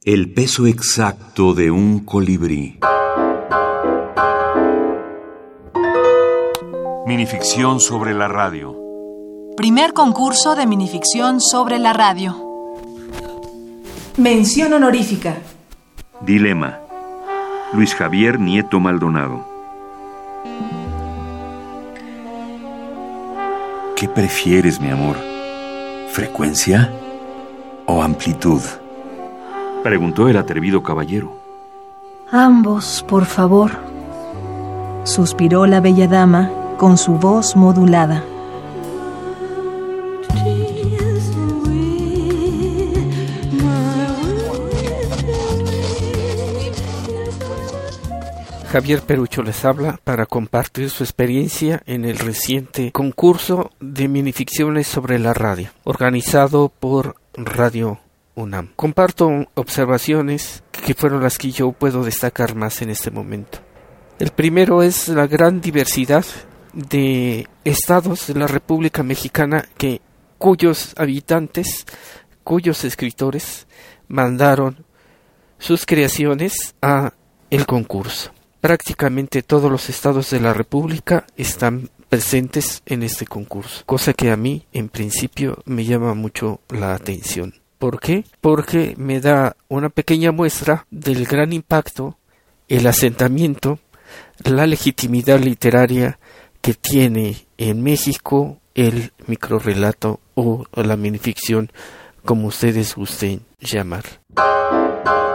El peso exacto de un colibrí. Minificción sobre la radio. Primer concurso de minificción sobre la radio. Mención honorífica. Dilema. Luis Javier Nieto Maldonado. ¿Qué prefieres, mi amor? ¿Frecuencia o amplitud?, preguntó el atrevido caballero. Ambos, por favor, suspiró la bella dama con su voz modulada. Javier Perucho les habla para compartir su experiencia en el reciente concurso de minificciones sobre la radio, organizado por Radio UNAM. Comparto observaciones que fueron las que yo puedo destacar más en este momento. El primero es la gran diversidad de estados de la República Mexicana cuyos habitantes, cuyos escritores mandaron sus creaciones a el concurso. Prácticamente todos los estados de la República están presentes en este concurso, cosa que a mí, en principio, me llama mucho la atención. ¿Por qué? Porque me da una pequeña muestra del gran impacto, el asentamiento, la legitimidad literaria que tiene en México el microrrelato o la minificción, como ustedes gusten llamar.